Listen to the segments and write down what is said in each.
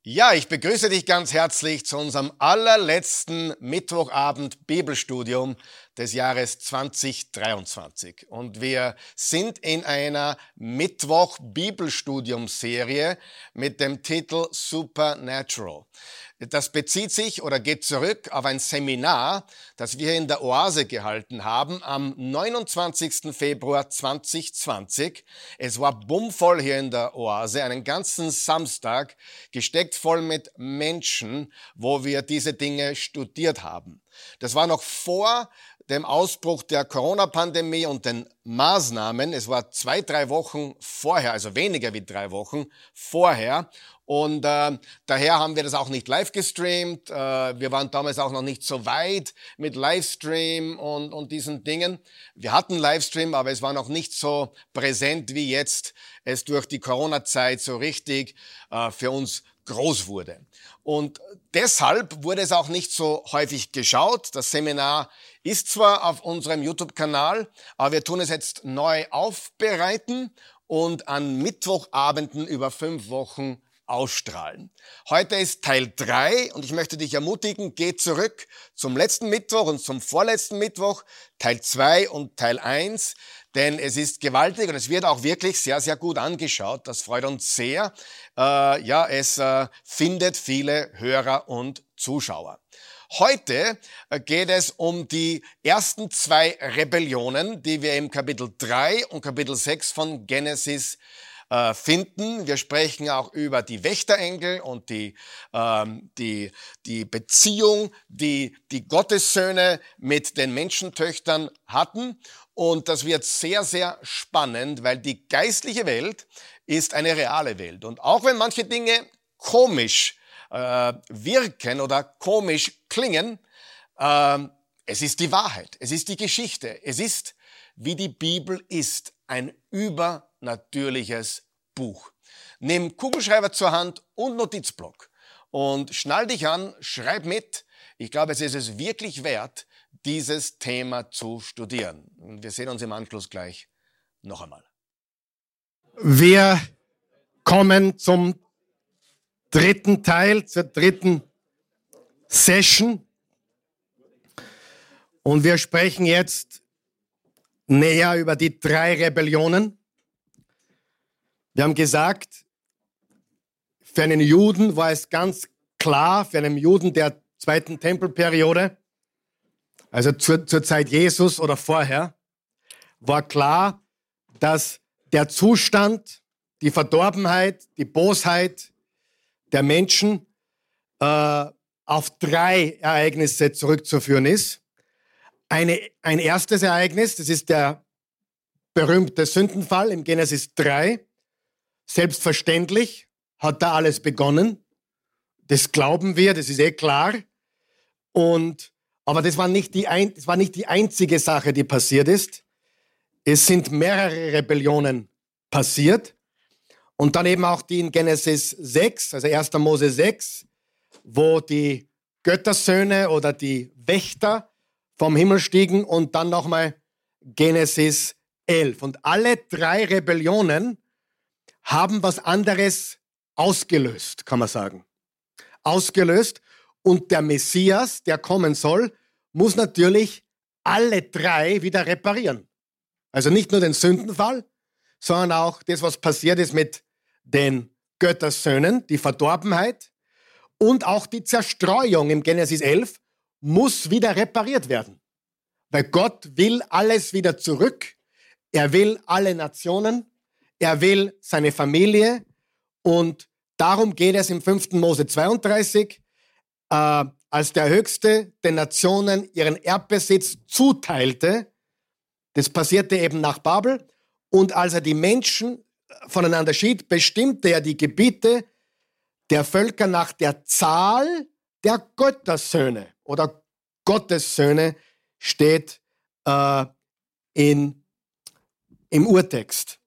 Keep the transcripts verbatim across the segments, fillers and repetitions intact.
Ja, ich begrüße dich ganz herzlich zu unserem allerletzten Mittwochabend Bibelstudium des Jahres zwanzig dreiundzwanzig. Und wir sind in einer Mittwoch-Bibelstudium-Serie mit dem Titel Supernatural. Das bezieht sich oder geht zurück auf ein Seminar, das wir in der Oase gehalten haben am neunundzwanzigsten Februar zweitausendzwanzig. Es war bummvoll hier in der Oase, einen ganzen Samstag, gesteckt voll mit Menschen, wo wir diese Dinge studiert haben. Das war noch vor dem Ausbruch der Corona-Pandemie und den Maßnahmen. Es war zwei, drei Wochen vorher, also weniger wie drei Wochen vorher. Und äh, daher haben wir das auch nicht live gestreamt. Äh, wir waren damals auch noch nicht so weit mit Livestream und, und diesen Dingen. Wir hatten Livestream, aber es war noch nicht so präsent, wie jetzt es durch die Corona-Zeit so richtig äh, für uns groß wurde. Und deshalb wurde es auch nicht so häufig geschaut. Das Seminar ist zwar auf unserem YouTube-Kanal, aber wir tun es jetzt neu aufbereiten und an Mittwochabenden über fünf Wochen ausstrahlen. Heute ist Teil drei und ich möchte dich ermutigen, geh zurück zum letzten Mittwoch und zum vorletzten Mittwoch, Teil zwei und Teil eins, denn es ist gewaltig und es wird auch wirklich sehr, sehr gut angeschaut. Das freut uns sehr. Äh, ja, es äh, findet viele Hörer und Zuschauer. Heute äh, geht es um die ersten zwei Rebellionen, die wir im Kapitel drei und Kapitel sechs von Genesis finden. Wir sprechen auch über die Wächterengel und die, ähm, die, die Beziehung, die die Gottessöhne mit den Menschentöchtern hatten. Und das wird sehr, sehr spannend, weil die geistliche Welt ist eine reale Welt. Und auch wenn manche Dinge komisch äh, wirken oder komisch klingen, äh, es ist die Wahrheit, es ist die Geschichte, es ist, wie die Bibel ist, ein übernatürliches Buch. Nimm Kugelschreiber zur Hand und Notizblock und schnall dich an, schreib mit. Ich glaube, es ist es wirklich wert, dieses Thema zu studieren. Und wir sehen uns im Anschluss gleich noch einmal. Wir kommen zum dritten Teil, zur dritten Session. Und wir sprechen jetzt näher über die drei Rebellionen. Wir haben gesagt, für einen Juden war es ganz klar, für einen Juden der zweiten Tempelperiode, also zur, zur Zeit Jesus oder vorher, war klar, dass der Zustand, die Verdorbenheit, die Bosheit der Menschen äh, auf drei Ereignisse zurückzuführen ist. Eine, ein erstes Ereignis, das ist der berühmte Sündenfall im Genesis drei. Selbstverständlich hat da alles begonnen. Das glauben wir, das ist eh klar. Und, aber das war, nicht die ein, das war nicht die einzige Sache, die passiert ist. Es sind mehrere Rebellionen passiert. Und dann eben auch die in Genesis sechs, also erster Mose sechs, wo die Göttersöhne oder die Wächter vom Himmel stiegen und dann nochmal Genesis elf. Und alle drei Rebellionen haben was anderes ausgelöst, kann man sagen. Ausgelöst. Und der Messias, der kommen soll, muss natürlich alle drei wieder reparieren. Also nicht nur den Sündenfall, sondern auch das, was passiert ist mit den Göttersöhnen, die Verdorbenheit und auch die Zerstreuung im Genesis elf muss wieder repariert werden. Weil Gott will alles wieder zurück. Er will alle Nationen. Er will seine Familie. Und darum geht es im fünften Mose zweiunddreißig, äh, als der Höchste den Nationen ihren Erbbesitz zuteilte. Das passierte eben nach Babel. Und als er die Menschen voneinander schied, bestimmte er die Gebiete der Völker nach der Zahl der Göttersöhne oder Gottessöhne steht äh, in, im Urtext.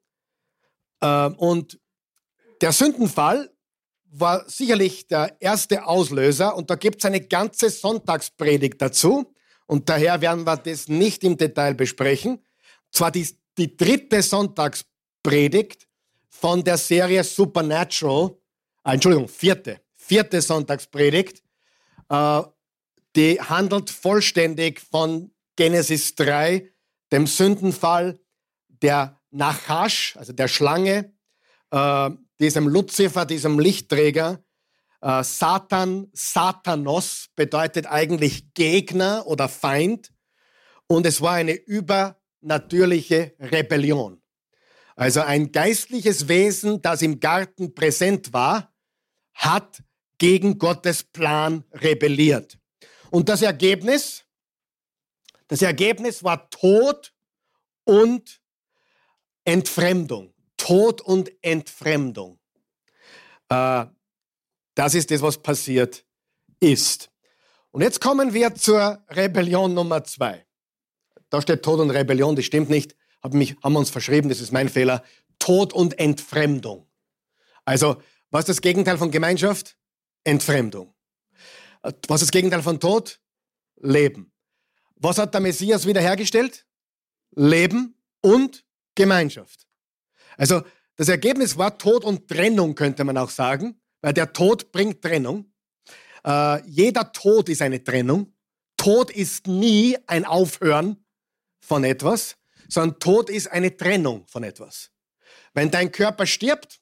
Äh, und der Sündenfall war sicherlich der erste Auslöser und da gibt es eine ganze Sonntagspredigt dazu und daher werden wir das nicht im Detail besprechen. Zwar die, die dritte Sonntagspredigt von der Serie Supernatural, äh, Entschuldigung, vierte, vierte Sonntagspredigt. Äh, die handelt vollständig von Genesis drei, dem Sündenfall der Nachash, also der Schlange, äh, diesem Luzifer, diesem Lichtträger. Äh, Satan, Satanos bedeutet eigentlich Gegner oder Feind. Und es war eine übernatürliche Rebellion. Also ein geistliches Wesen, das im Garten präsent war, hat gegen Gottes Plan rebelliert. Und das Ergebnis, das Ergebnis war Tod und Entfremdung. Tod und Entfremdung. Äh, das ist das, was passiert ist. Und jetzt kommen wir zur Rebellion Nummer zwei. Da steht Tod und Rebellion, das stimmt nicht. Hab mich, haben wir uns verschrieben, das ist mein Fehler. Tod und Entfremdung. Also, was ist das Gegenteil von Gemeinschaft? Entfremdung. Was ist das Gegenteil von Tod? Leben. Was hat der Messias wiederhergestellt? Leben und Gemeinschaft. Also, das Ergebnis war Tod und Trennung, könnte man auch sagen, weil der Tod bringt Trennung. Äh, jeder Tod ist eine Trennung. Tod ist nie ein Aufhören von etwas, sondern Tod ist eine Trennung von etwas. Wenn dein Körper stirbt,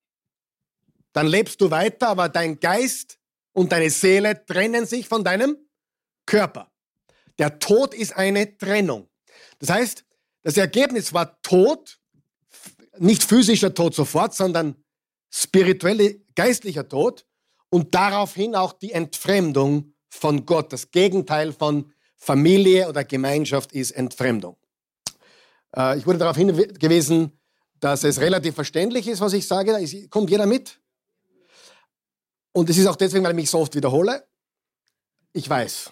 dann lebst du weiter, aber dein Geist und deine Seele trennen sich von deinem Körper. Der Tod ist eine Trennung. Das heißt, das Ergebnis war Tod, nicht physischer Tod sofort, sondern spirituelle, geistlicher Tod und daraufhin auch die Entfremdung von Gott. Das Gegenteil von Familie oder Gemeinschaft ist Entfremdung. Äh, ich wurde darauf hingewiesen, dass es relativ verständlich ist, was ich sage. Da ist, kommt jeder mit? Und es ist auch deswegen, weil ich mich so oft wiederhole. Ich weiß.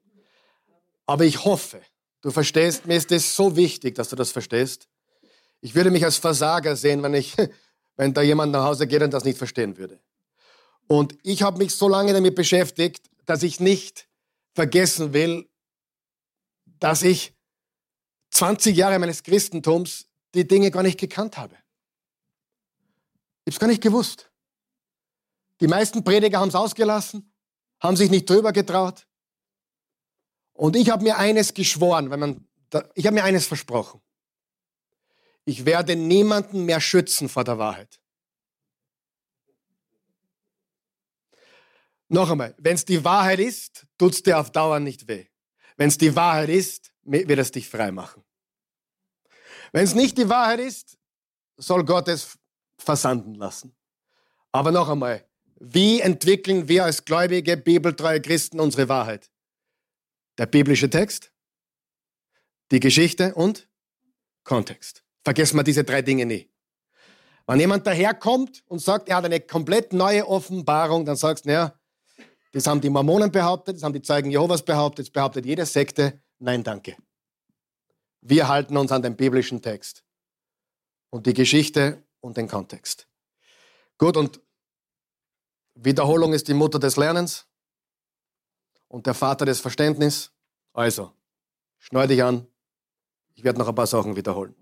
Aber ich hoffe, du verstehst, mir ist es so wichtig, dass du das verstehst. Ich würde mich als Versager sehen, wenn, ich, wenn da jemand nach Hause geht und das nicht verstehen würde. Und ich habe mich so lange damit beschäftigt, dass ich nicht vergessen will, dass ich zwanzig Jahre meines Christentums die Dinge gar nicht gekannt habe. Ich habe es gar nicht gewusst. Die meisten Prediger haben es ausgelassen, haben sich nicht drüber getraut. Und ich habe mir eines geschworen, wenn man, da, ich habe mir eines versprochen. Ich werde niemanden mehr schützen vor der Wahrheit. Noch einmal, wenn es die Wahrheit ist, tut es dir auf Dauer nicht weh. Wenn es die Wahrheit ist, wird es dich frei machen. Wenn es nicht die Wahrheit ist, soll Gott es versanden lassen. Aber noch einmal, wie entwickeln wir als gläubige, bibeltreue Christen unsere Wahrheit? Der biblische Text, die Geschichte und Kontext. Vergessen wir diese drei Dinge nie. Wenn jemand daherkommt und sagt, er hat eine komplett neue Offenbarung, dann sagst du, naja, das haben die Mormonen behauptet, das haben die Zeugen Jehovas behauptet, das behauptet jede Sekte. Nein, danke. Wir halten uns an den biblischen Text und die Geschichte und den Kontext. Gut, und Wiederholung ist die Mutter des Lernens und der Vater des Verständnisses. Also, schnall dich an, ich werde noch ein paar Sachen wiederholen.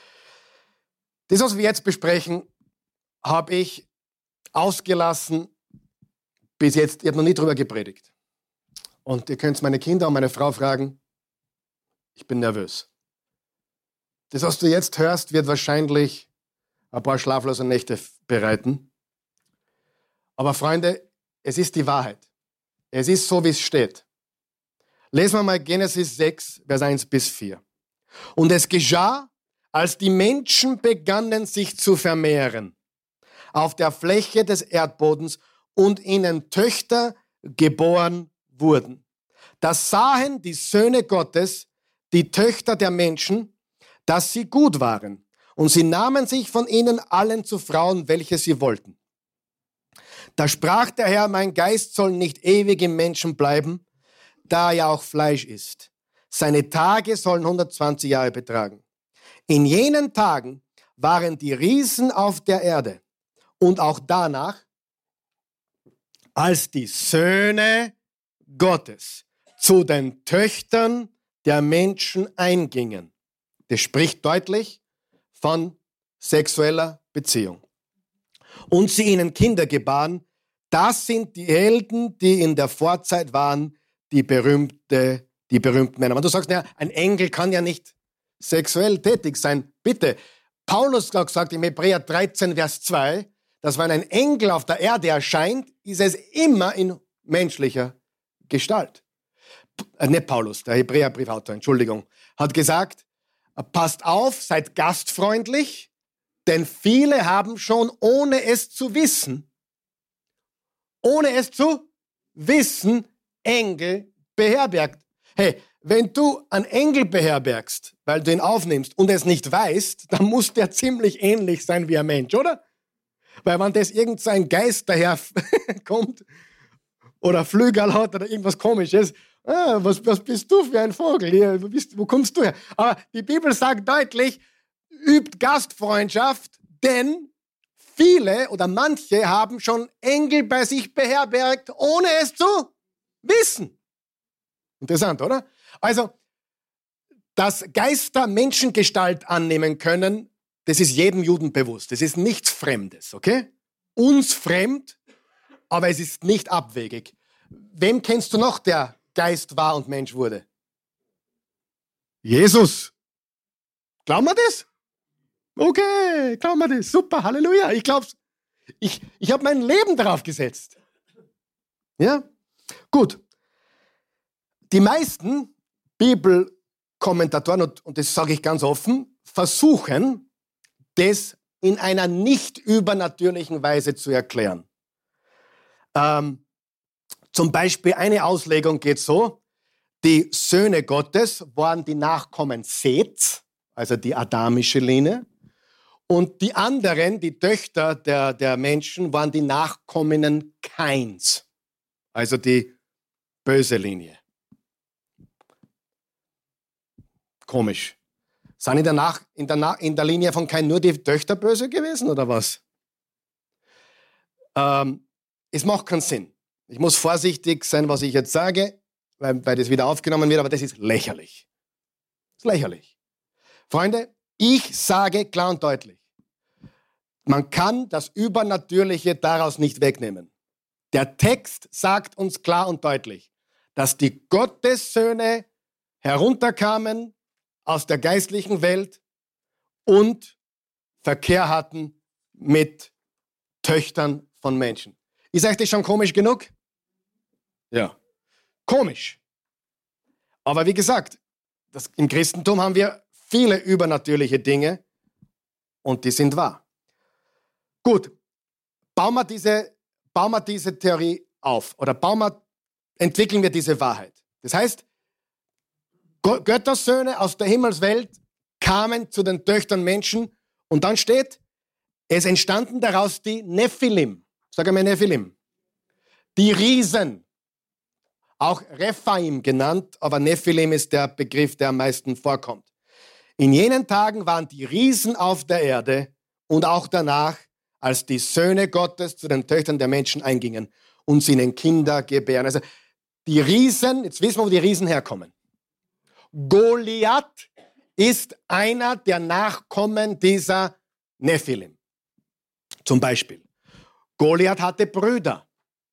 Das, was wir jetzt besprechen, habe ich ausgelassen bis jetzt. Ich habe noch nie drüber gepredigt. Und ihr könnt meine Kinder und meine Frau fragen, ich bin nervös. Das, was du jetzt hörst, wird wahrscheinlich ein paar schlaflose Nächte bereiten. Aber Freunde, es ist die Wahrheit. Es ist so, wie es steht. Lesen wir mal Genesis sechs, Vers eins bis vier. Und es geschah, als die Menschen begannen, sich zu vermehren auf der Fläche des Erdbodens und ihnen Töchter geboren wurden. Da sahen die Söhne Gottes, die Töchter der Menschen, dass sie gut waren. Und sie nahmen sich von ihnen allen zu Frauen, welche sie wollten. Da sprach der Herr, mein Geist soll nicht ewig im Menschen bleiben, da er ja auch Fleisch ist. Seine Tage sollen hundertzwanzig Jahre betragen. In jenen Tagen waren die Riesen auf der Erde und auch danach, als die Söhne Gottes zu den Töchtern der Menschen eingingen. Das spricht deutlich von sexueller Beziehung. Und sie ihnen Kinder gebaren, Das sind die Helden, die in der Vorzeit waren, die, berühmte, die berühmten Männer. Und du sagst, naja, ein Engel kann ja nicht sexuell tätig sein. Bitte, Paulus hat gesagt im Hebräer dreizehn, Vers zwei, dass wenn ein Engel auf der Erde erscheint, ist es immer in menschlicher Gestalt. Äh, nicht Paulus, der Hebräerbriefautor, Entschuldigung, hat gesagt, passt auf, seid gastfreundlich, denn viele haben schon, ohne es zu wissen, ohne es zu wissen, Engel beherbergt. Hey, wenn du einen Engel beherbergst, weil du ihn aufnimmst und es nicht weißt, dann muss der ziemlich ähnlich sein wie ein Mensch, oder? Weil wenn das irgend so ein Geist daher kommt oder Flügel hat oder irgendwas Komisches, ah, was, was bist du für ein Vogel? Hier, wo, bist, wo kommst du her? Aber die Bibel sagt deutlich, übt Gastfreundschaft, denn viele oder manche haben schon Engel bei sich beherbergt, ohne es zu wissen. Interessant, oder? Also, dass Geister Menschengestalt annehmen können, das ist jedem Juden bewusst. Das ist nichts Fremdes, okay? Uns fremd, aber es ist nicht abwegig. Wem kennst du noch, der Geist war und Mensch wurde? Jesus. Glauben wir das? Okay, glauben wir das. Super, Halleluja. Ich glaub's. Ich, ich habe mein Leben darauf gesetzt. Ja? Gut. Die meisten Bibelkommentatoren, und, und das sage ich ganz offen, versuchen, das in einer nicht übernatürlichen Weise zu erklären. Ähm, zum Beispiel eine Auslegung geht so, die Söhne Gottes waren die Nachkommen Seths, also die adamische Linie, und die anderen, die Töchter der, der Menschen, waren die Nachkommen Kains, also die böse Linie. Komisch. Sind in der, Nach, in, der Nach, in der Linie von Kain nur die Töchter böse gewesen oder was? Ähm, es macht keinen Sinn. Ich muss vorsichtig sein, was ich jetzt sage, weil, weil das wieder aufgenommen wird, aber das ist lächerlich. Das ist lächerlich. Freunde, ich sage klar und deutlich, man kann das Übernatürliche daraus nicht wegnehmen. Der Text sagt uns klar und deutlich, dass die Gottessöhne herunterkamen aus der geistlichen Welt und Verkehr hatten mit Töchtern von Menschen. Ist euch das schon komisch genug? Ja. Komisch. Aber wie gesagt, das, im Christentum haben wir viele übernatürliche Dinge und die sind wahr. Gut, bauen wir diese, bauen wir diese Theorie auf oder bauen wir, entwickeln wir diese Wahrheit. Das heißt, Göttersöhne aus der Himmelswelt kamen zu den Töchtern Menschen und dann steht, es entstanden daraus die Nephilim. Sag einmal Nephilim. Die Riesen. Auch Rephaim genannt, aber Nephilim ist der Begriff, der am meisten vorkommt. In jenen Tagen waren die Riesen auf der Erde und auch danach, als die Söhne Gottes zu den Töchtern der Menschen eingingen und sie ihnen Kinder gebären. Also die Riesen, jetzt wissen wir, wo die Riesen herkommen. Goliath ist einer der Nachkommen dieser Nephilim. Zum Beispiel. Goliath hatte Brüder.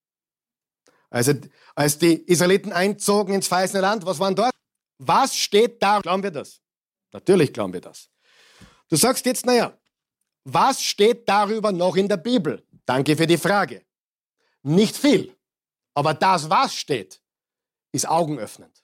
Also, als die Israeliten einzogen ins verheißene Land, was waren dort? Was steht da? Glauben wir das? Natürlich glauben wir das. Du sagst jetzt, naja, was steht darüber noch in der Bibel? Danke für die Frage. Nicht viel. Aber das, was steht, ist augenöffnend.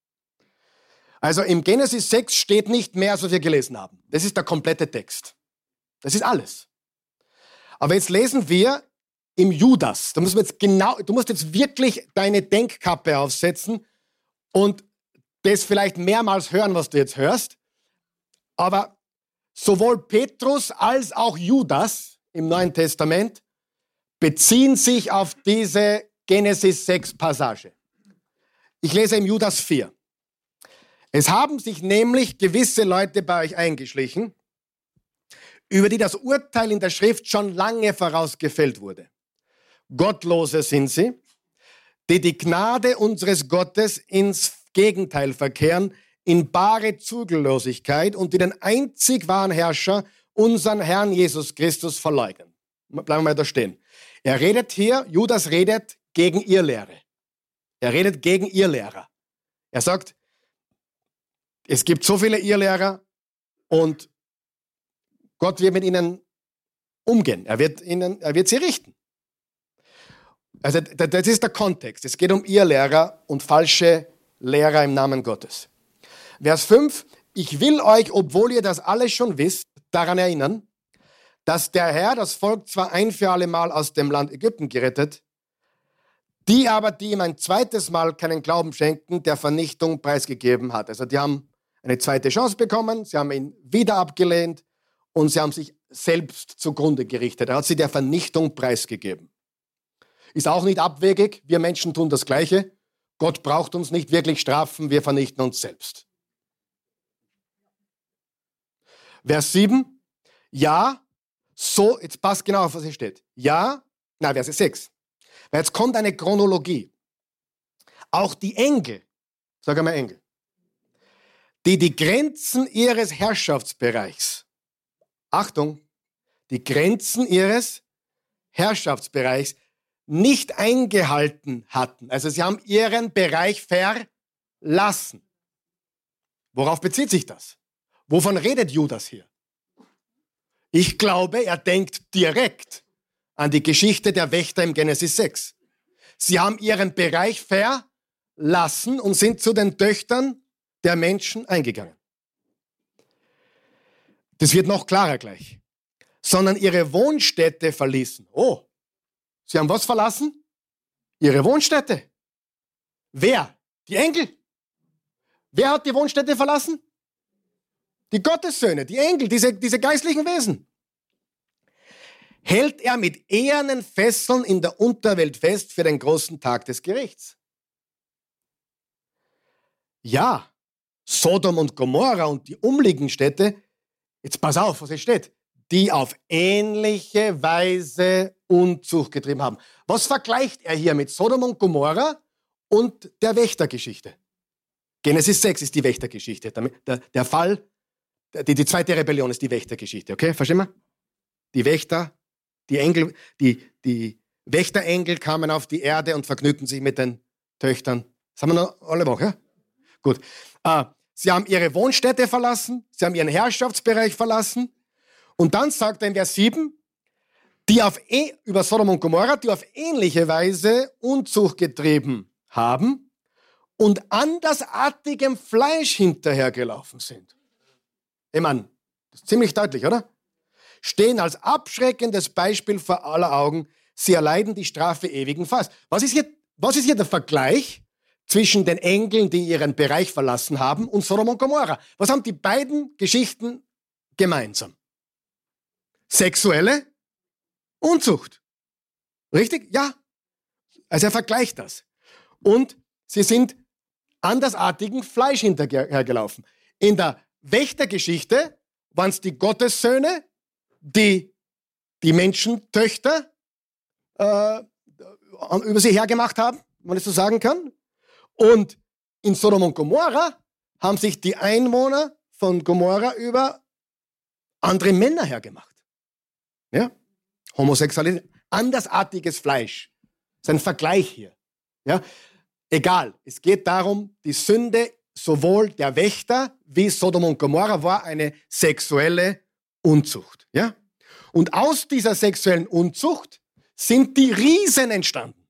Also im Genesis sechs steht nicht mehr, als wir gelesen haben. Das ist der komplette Text. Das ist alles. Aber jetzt lesen wir im Judas. Da musst du, jetzt genau, du musst jetzt wirklich deine Denkkappe aufsetzen und das vielleicht mehrmals hören, was du jetzt hörst. Aber sowohl Petrus als auch Judas im Neuen Testament beziehen sich auf diese Genesis sechs Passage. Ich lese im Judas vier. Es haben sich nämlich gewisse Leute bei euch eingeschlichen, über die das Urteil in der Schrift schon lange vorausgefällt wurde. Gottlose sind sie, die die Gnade unseres Gottes ins Gegenteil verkehren, in bare Zügellosigkeit und die den einzig wahren Herrscher, unseren Herrn Jesus Christus, verleugnen. Bleiben wir mal da stehen. Er redet hier, Judas redet gegen ihr Lehre. Er redet gegen ihr Lehrer. Er sagt, es gibt so viele Irrlehrer und Gott wird mit ihnen umgehen. Er wird, ihnen, er wird sie richten. Also das ist der Kontext. Es geht um Irrlehrer und falsche Lehrer im Namen Gottes. Vers fünf. Ich will euch, obwohl ihr das alles schon wisst, daran erinnern, dass der Herr das Volk zwar ein für alle Mal aus dem Land Ägypten gerettet, die aber, die ihm ein zweites Mal keinen Glauben schenken, der Vernichtung preisgegeben hat. Also die haben eine zweite Chance bekommen, sie haben ihn wieder abgelehnt und sie haben sich selbst zugrunde gerichtet. Er hat sie der Vernichtung preisgegeben. Ist auch nicht abwegig, wir Menschen tun das Gleiche. Gott braucht uns nicht wirklich strafen, wir vernichten uns selbst. Vers sieben, ja, so, jetzt passt genau auf, was hier steht. Ja, na, Vers sechs. Weil jetzt kommt eine Chronologie. Auch die Engel, sag einmal Engel, die die Grenzen ihres Herrschaftsbereichs, Achtung, die Grenzen ihres Herrschaftsbereichs nicht eingehalten hatten. Also sie haben ihren Bereich verlassen. Worauf bezieht sich das? Wovon redet Judas hier? Ich glaube, er denkt direkt an die Geschichte der Wächter im Genesis sechs. Sie haben ihren Bereich verlassen und sind zu den Töchtern der Menschen eingegangen. Das wird noch klarer gleich. Sondern ihre Wohnstätte verließen. Oh, sie haben was verlassen? Ihre Wohnstätte. Wer? Die Engel. Wer hat die Wohnstätte verlassen? Die Gottessöhne, die Engel, diese, diese geistlichen Wesen. Hält er mit ehernen Fesseln in der Unterwelt fest für den großen Tag des Gerichts. Ja, Sodom und Gomorra und die umliegenden Städte, jetzt pass auf, was hier steht, die auf ähnliche Weise Unzucht getrieben haben. Was vergleicht er hier mit Sodom und Gomorra und der Wächtergeschichte? Genesis sechs ist die Wächtergeschichte. Der, der Fall, die, die zweite Rebellion ist die Wächtergeschichte. Okay, verstehen wir? Die Wächter, die Engel, die, die Wächterengel kamen auf die Erde und vergnügten sich mit den Töchtern. Das haben wir noch alle Woche, ja? Gut. Äh, sie haben ihre Wohnstätte verlassen, sie haben ihren Herrschaftsbereich verlassen. Und dann sagt er in Vers sieben, die auf, über Sodom und Gomorra, die auf ähnliche Weise Unzucht getrieben haben und andersartigem Fleisch hinterhergelaufen sind. Ich meine, das ist ziemlich deutlich, oder? Stehen als abschreckendes Beispiel vor aller Augen, sie erleiden die Strafe ewigen Falls. Was ist hier, was ist hier der Vergleich zwischen den Engeln, die ihren Bereich verlassen haben, und Sodom und Gomorra? Was haben die beiden Geschichten gemeinsam? Sexuelle Unzucht. Richtig? Ja. Also er vergleicht das. Und sie sind andersartigen Fleisch hinterhergelaufen. In der Wächtergeschichte waren es die Gottessöhne, die die Menschentöchter äh, über sie hergemacht haben, wenn man es so sagen kann. Und in Sodom und Gomorra haben sich die Einwohner von Gomorra über andere Männer hergemacht. Ja? Homosexualität, andersartiges Fleisch. Das ist ein Vergleich hier. Ja? Egal, es geht darum, die Sünde sowohl der Wächter wie Sodom und Gomorra war eine sexuelle Unzucht. Ja? Und aus dieser sexuellen Unzucht sind die Riesen entstanden.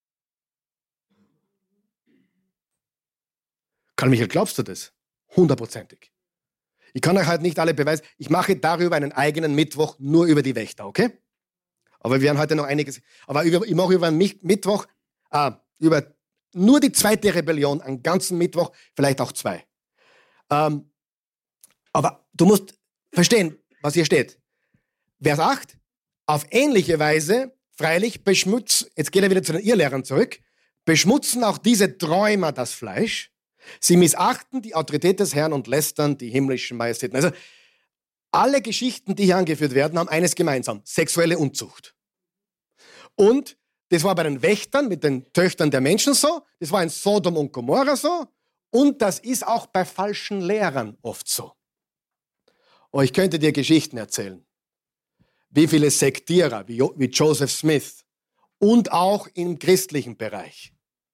Karl Michael, glaubst du das? Hundertprozentig. Ich kann euch halt nicht alle beweisen. Ich mache darüber einen eigenen Mittwoch nur über die Wächter, okay? Aber wir werden heute noch einiges. Aber über, ich mache über einen Mittwoch, äh, über nur die zweite Rebellion, einen ganzen Mittwoch, vielleicht auch zwei. Ähm, aber du musst verstehen, was hier steht. Vers acht. Auf ähnliche Weise, freilich, beschmutzen, jetzt geht er wieder zu den Irrlehrern zurück, beschmutzen auch diese Träumer das Fleisch. Sie missachten die Autorität des Herrn und lästern die himmlischen Majestäten. Also alle Geschichten, die hier angeführt werden, haben eines gemeinsam: sexuelle Unzucht. Und das war bei den Wächtern mit den Töchtern der Menschen so, das war in Sodom und Gomorra so und das ist auch bei falschen Lehrern oft so. Oh, ich könnte dir Geschichten erzählen. Wie viele Sektierer, wie, jo- wie Joseph Smith und auch im christlichen Bereich.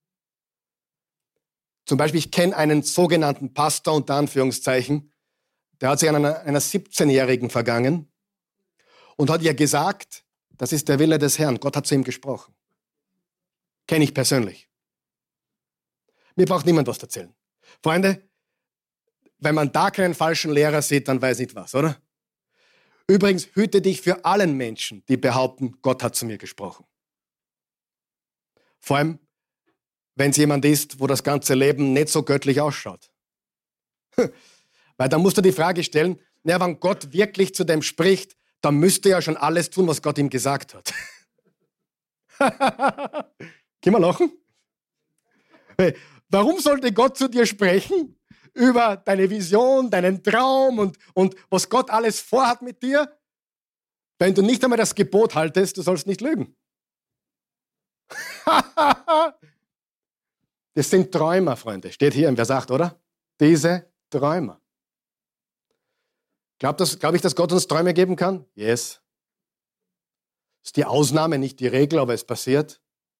Zum Beispiel, ich kenne einen sogenannten Pastor, unter Anführungszeichen, der hat sich an einer, einer siebzehnjährigen vergangen und hat ihr gesagt, das ist der Wille des Herrn. Gott hat zu ihm gesprochen. Kenne ich persönlich. Mir braucht niemand was erzählen. Freunde, wenn man da keinen falschen Lehrer sieht, dann weiß nicht was, oder? Übrigens, hüte dich für allen Menschen, die behaupten, Gott hat zu mir gesprochen. Vor allem, wenn es jemand ist, wo das ganze Leben nicht so göttlich ausschaut. Weil dann musst du die Frage stellen, na, wenn Gott wirklich zu dem spricht, dann müsste er ja schon alles tun, was Gott ihm gesagt hat. Geh mal lachen. Hey, warum sollte Gott zu dir sprechen? Über deine Vision, deinen Traum und, und was Gott alles vorhat mit dir? Wenn du nicht einmal das Gebot haltest, du sollst nicht lügen. Das sind Träumer, Freunde. Steht hier im Vers acht, oder? Diese Träumer. Glaubt das, glaub ich, dass Gott uns Träume geben kann? Yes. Ist die Ausnahme, nicht die Regel, aber es passiert.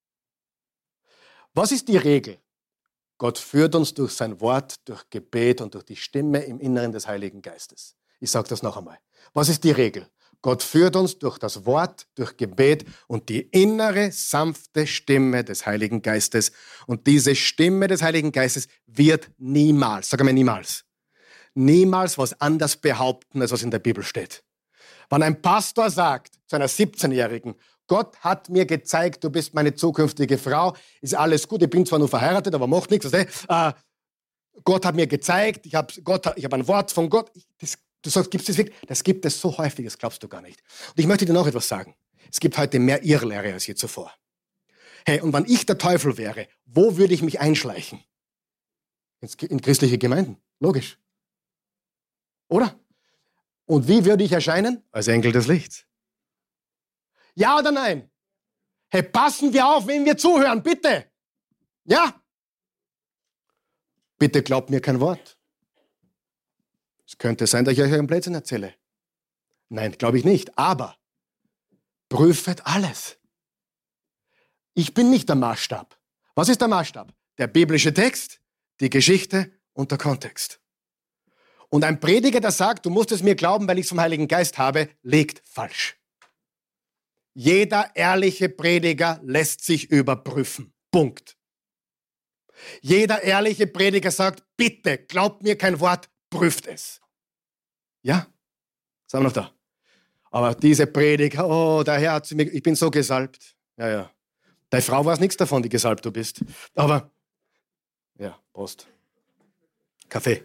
Was ist die Regel? Gott führt uns durch sein Wort, durch Gebet und durch die Stimme im Inneren des Heiligen Geistes. Ich sage das noch einmal. Was ist die Regel? Gott führt uns durch das Wort, durch Gebet und die innere, sanfte Stimme des Heiligen Geistes. Und diese Stimme des Heiligen Geistes wird niemals, sag einmal niemals, niemals was anders behaupten, als was in der Bibel steht. Wenn ein Pastor sagt zu einer siebzehnjährigen, Gott hat mir gezeigt, du bist meine zukünftige Frau, ist alles gut, ich bin zwar nur verheiratet, aber macht nichts. Also, äh, Gott hat mir gezeigt, ich habe hab ein Wort von Gott. Ich, das, du sagst, gibt es das wirklich? Das gibt es so häufig, das glaubst du gar nicht. Und ich möchte dir noch etwas sagen. Es gibt heute mehr Irrlehre als je zuvor. Hey, und wenn ich der Teufel wäre, wo würde ich mich einschleichen? In christliche Gemeinden, logisch. Oder? Und wie würde ich erscheinen? Als Engel des Lichts. Ja oder nein? Hey, passen wir auf, wenn wir zuhören, bitte. Ja? Bitte glaubt mir kein Wort. Es könnte sein, dass ich euch einen Blödsinn erzähle. Nein, glaube ich nicht. Aber prüfet alles. Ich bin nicht der Maßstab. Was ist der Maßstab? Der biblische Text, die Geschichte und der Kontext. Und ein Prediger, der sagt, du musst es mir glauben, weil ich es vom Heiligen Geist habe, liegt falsch. Jeder ehrliche Prediger lässt sich überprüfen. Punkt. Jeder ehrliche Prediger sagt, bitte, glaubt mir kein Wort, prüft es. Ja? Sind wir noch da? Aber diese Prediger, oh, der Herr hat sie mir, ich bin so gesalbt. Ja, ja. Deine Frau weiß nichts davon, wie gesalbt du bist. Aber, ja, Prost. Kaffee.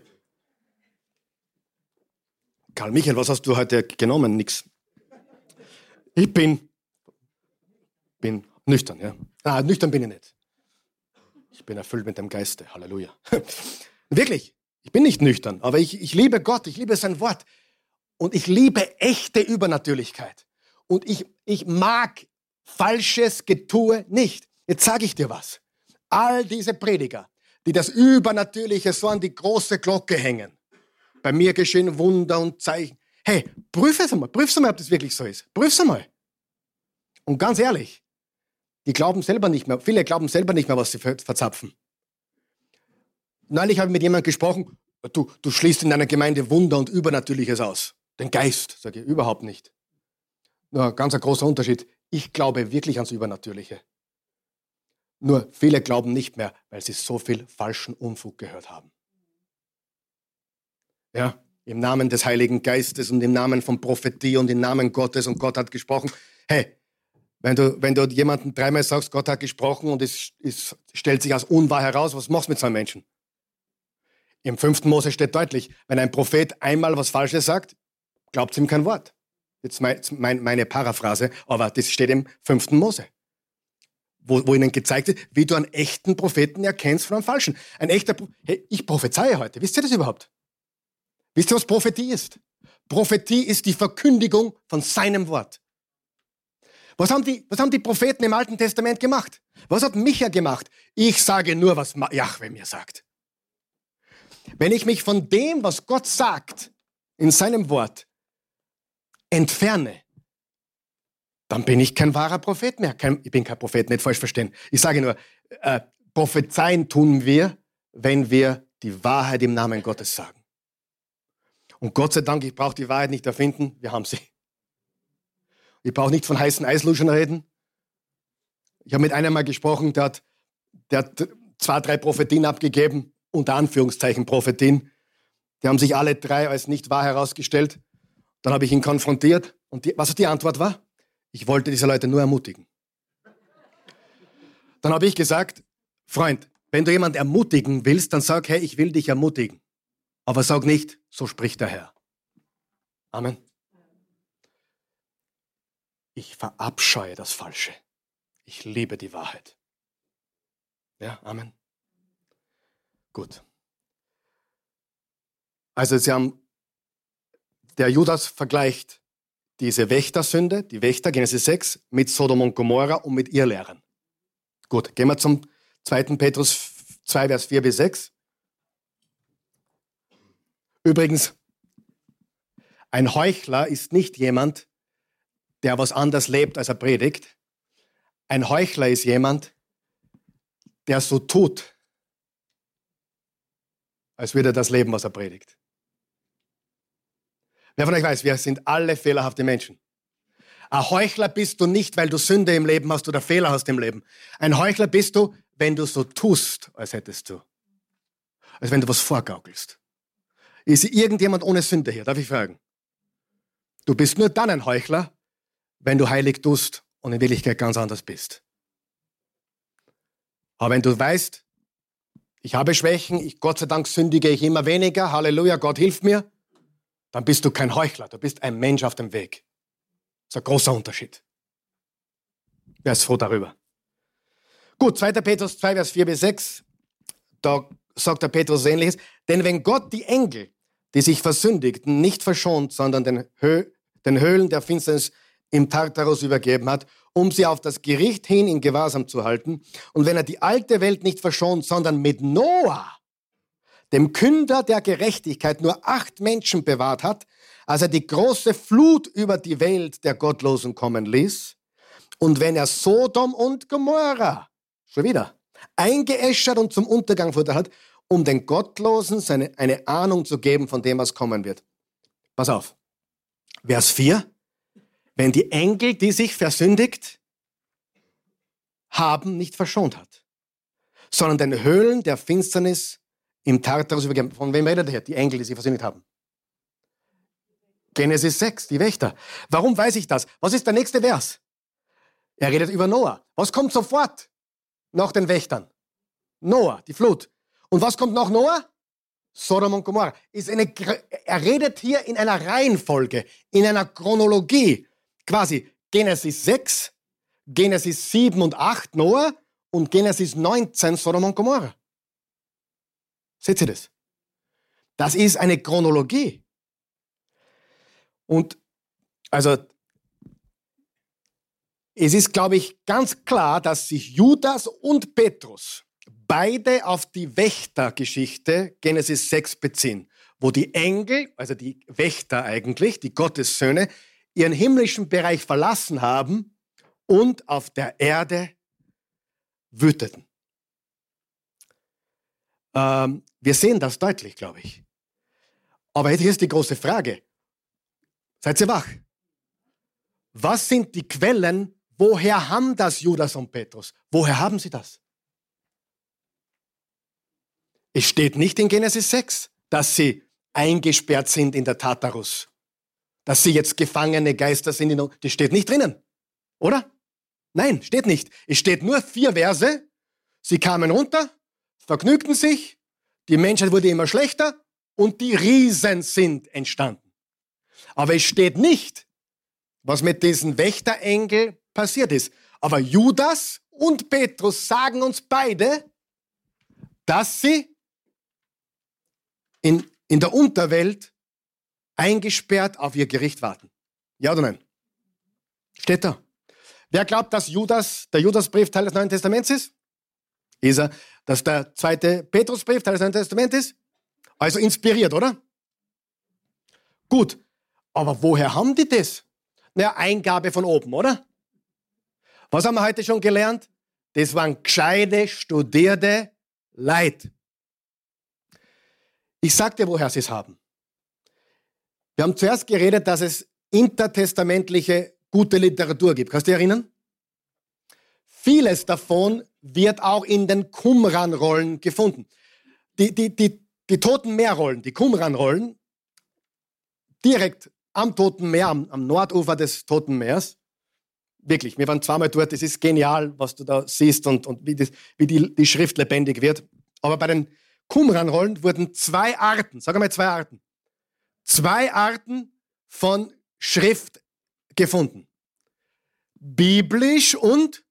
Karl Michael, was hast du heute genommen? Nix. Ich bin, bin nüchtern, ja. Ah, nüchtern bin ich nicht. Ich bin erfüllt mit dem Geiste. Halleluja. Wirklich, ich bin nicht nüchtern, aber ich, ich liebe Gott, ich liebe sein Wort. Und ich liebe echte Übernatürlichkeit. Und ich, ich mag falsches Getue nicht. Jetzt sage ich dir was. All diese Prediger, die das Übernatürliche so an die große Glocke hängen, bei mir geschehen Wunder und Zeichen. Hey, prüf es einmal, prüf es einmal, ob das wirklich so ist. Prüf es einmal. Und ganz ehrlich, die glauben selber nicht mehr, viele glauben selber nicht mehr, was sie verzapfen. Neulich habe ich mit jemandem gesprochen, du, du schließt in deiner Gemeinde Wunder und Übernatürliches aus. Den Geist, sage ich, überhaupt nicht. Nur ganz ein großer Unterschied. Ich glaube wirklich ans Übernatürliche. Nur viele glauben nicht mehr, weil sie so viel falschen Unfug gehört haben. Ja, im Namen des Heiligen Geistes und im Namen von Prophetie und im Namen Gottes und Gott hat gesprochen. Hey, wenn du, wenn du jemandem dreimal sagst, Gott hat gesprochen und es, es stellt sich als unwahr heraus, was machst du mit so einem Menschen? Im fünften Mose steht deutlich, wenn ein Prophet einmal was Falsches sagt, glaubt ihm kein Wort. Jetzt mein, mein, meine Paraphrase, aber das steht im fünften Mose. Wo, wo ihnen gezeigt wird, wie du einen echten Propheten erkennst von einem falschen. Ein echter, hey, ich prophezeie heute. Wisst ihr das überhaupt? Wisst ihr, was Prophetie ist? Prophetie ist die Verkündigung von seinem Wort. Was haben die, was haben die Propheten im Alten Testament gemacht? Was hat Micha gemacht? Ich sage nur, was Jahwe mir sagt. Wenn ich mich von dem, was Gott sagt, in seinem Wort, entferne, dann bin ich kein wahrer Prophet mehr. Kein, ich bin kein Prophet, nicht falsch verstehen. Ich sage nur, äh, prophezeien tun wir, wenn wir die Wahrheit im Namen Gottes sagen. Und Gott sei Dank, ich brauche die Wahrheit nicht erfinden, wir haben sie. Ich brauche nicht von heißen Eisluschen reden. Ich habe mit einem mal gesprochen, der hat, der hat zwei, drei Prophetien abgegeben, unter Anführungszeichen Prophetien. Die haben sich alle drei als nicht wahr herausgestellt. Dann habe ich ihn konfrontiert und die, was die Antwort war? Ich wollte diese Leute nur ermutigen. Dann habe ich gesagt, Freund, wenn du jemanden ermutigen willst, dann sag, hey, ich will dich ermutigen. Aber sag nicht, so spricht der Herr. Amen. Ich verabscheue das Falsche. Ich liebe die Wahrheit. Ja, Amen. Gut. Also Sie haben, der Judas vergleicht diese Wächtersünde, die Wächter, Genesis sechs, mit Sodom und Gomorra und mit Irrlehrern. Gut, gehen wir zum zweiten Petrus zwei, Vers vier bis sechs. Übrigens, ein Heuchler ist nicht jemand, der was anders lebt, als er predigt. Ein Heuchler ist jemand, der so tut, als würde er das leben, was er predigt. Wer von euch weiß, wir sind alle fehlerhafte Menschen. Ein Heuchler bist du nicht, weil du Sünde im Leben hast oder Fehler hast im Leben. Ein Heuchler bist du, wenn du so tust, als hättest du. Als wenn du was vorgaukelst. Ist irgendjemand ohne Sünde hier? Darf ich fragen? Du bist nur dann ein Heuchler, wenn du heilig tust und in Wirklichkeit ganz anders bist. Aber wenn du weißt, ich habe Schwächen, ich, Gott sei Dank sündige ich immer weniger, Halleluja, Gott hilft mir, dann bist du kein Heuchler, du bist ein Mensch auf dem Weg. Das ist ein großer Unterschied. Wer ist froh darüber? Gut, zweiter Petrus zwei, Vers vier bis sechs, da sagt der Petrus Ähnliches. Denn wenn Gott die Engel, die sich versündigten, nicht verschont, sondern den, Hö den Höhlen der Finsternis im Tartarus übergeben hat, um sie auf das Gericht hin in Gewahrsam zu halten, und wenn er die alte Welt nicht verschont, sondern mit Noah, dem Künder der Gerechtigkeit, nur acht Menschen bewahrt hat, als er die große Flut über die Welt der Gottlosen kommen ließ, und wenn er Sodom und Gomorra, schon wieder, eingeäschert und zum Untergang verurteilt hat, um den Gottlosen seine, eine Ahnung zu geben von dem, was kommen wird. Pass auf. Vers vier. Wenn die Engel, die sich versündigt haben, nicht verschont hat, sondern den Höhlen der Finsternis im Tartarus übergeben. Von wem redet er hier? Die Engel, die sich versündigt haben. Genesis sechs, die Wächter. Warum weiß ich das? Was ist der nächste Vers? Er redet über Noah. Was kommt sofort nach den Wächtern? Noah, die Flut. Und was kommt nach Noah? Sodom und Gomorra. Ist eine, er redet hier in einer Reihenfolge, in einer Chronologie. Quasi Genesis sechs, Genesis sieben und acht Noah und Genesis neunzehn Sodom und Gomorra. Seht ihr das? Das ist eine Chronologie. Und also es ist, glaube ich, ganz klar, dass sich Judas und Petrus beide auf die Wächtergeschichte Genesis sechs beziehen, wo die Engel, also die Wächter eigentlich, die Gottessöhne, ihren himmlischen Bereich verlassen haben und auf der Erde wüteten. Ähm, wir sehen das deutlich, glaube ich. Aber hier ist die große Frage. Seid ihr wach? Was sind die Quellen? Woher haben das Judas und Petrus? Woher haben sie das? Es steht nicht in Genesis sechs, dass sie eingesperrt sind in der Tartarus. Dass sie jetzt gefangene Geister sind. In, das steht nicht drinnen. Oder? Nein, steht nicht. Es steht nur vier Verse. Sie kamen runter, vergnügten sich, die Menschheit wurde immer schlechter und die Riesen sind entstanden. Aber es steht nicht, was mit diesen Wächterengel passiert ist. Aber Judas und Petrus sagen uns beide, dass sie in, in der Unterwelt eingesperrt auf ihr Gericht warten. Ja oder nein? Steht da. Wer glaubt, dass Judas, der Judasbrief Teil des Neuen Testaments ist? Ist er, dass der zweite Petrusbrief Teil des Neuen Testaments ist? Also inspiriert, oder? Gut. Aber woher haben die das? Naja, Eingabe von oben, oder? Was haben wir heute schon gelernt? Das waren gescheite, studierte Leute. Ich sag dir, woher sie es haben. Wir haben zuerst geredet, dass es intertestamentliche gute Literatur gibt. Kannst du dich erinnern? Vieles davon wird auch in den Qumran-Rollen gefunden. Die, die, die, die Toten Meer-Rollen, die Qumran-Rollen, direkt am Toten Meer, am, am Nordufer des Toten Meers. Wirklich, wir waren zweimal dort, es ist genial, was du da siehst und, und wie, das, wie die, die Schrift lebendig wird. Aber bei den Qumran-Rollen wurden zwei Arten, sag einmal zwei Arten, zwei Arten von Schrift gefunden. Biblisch und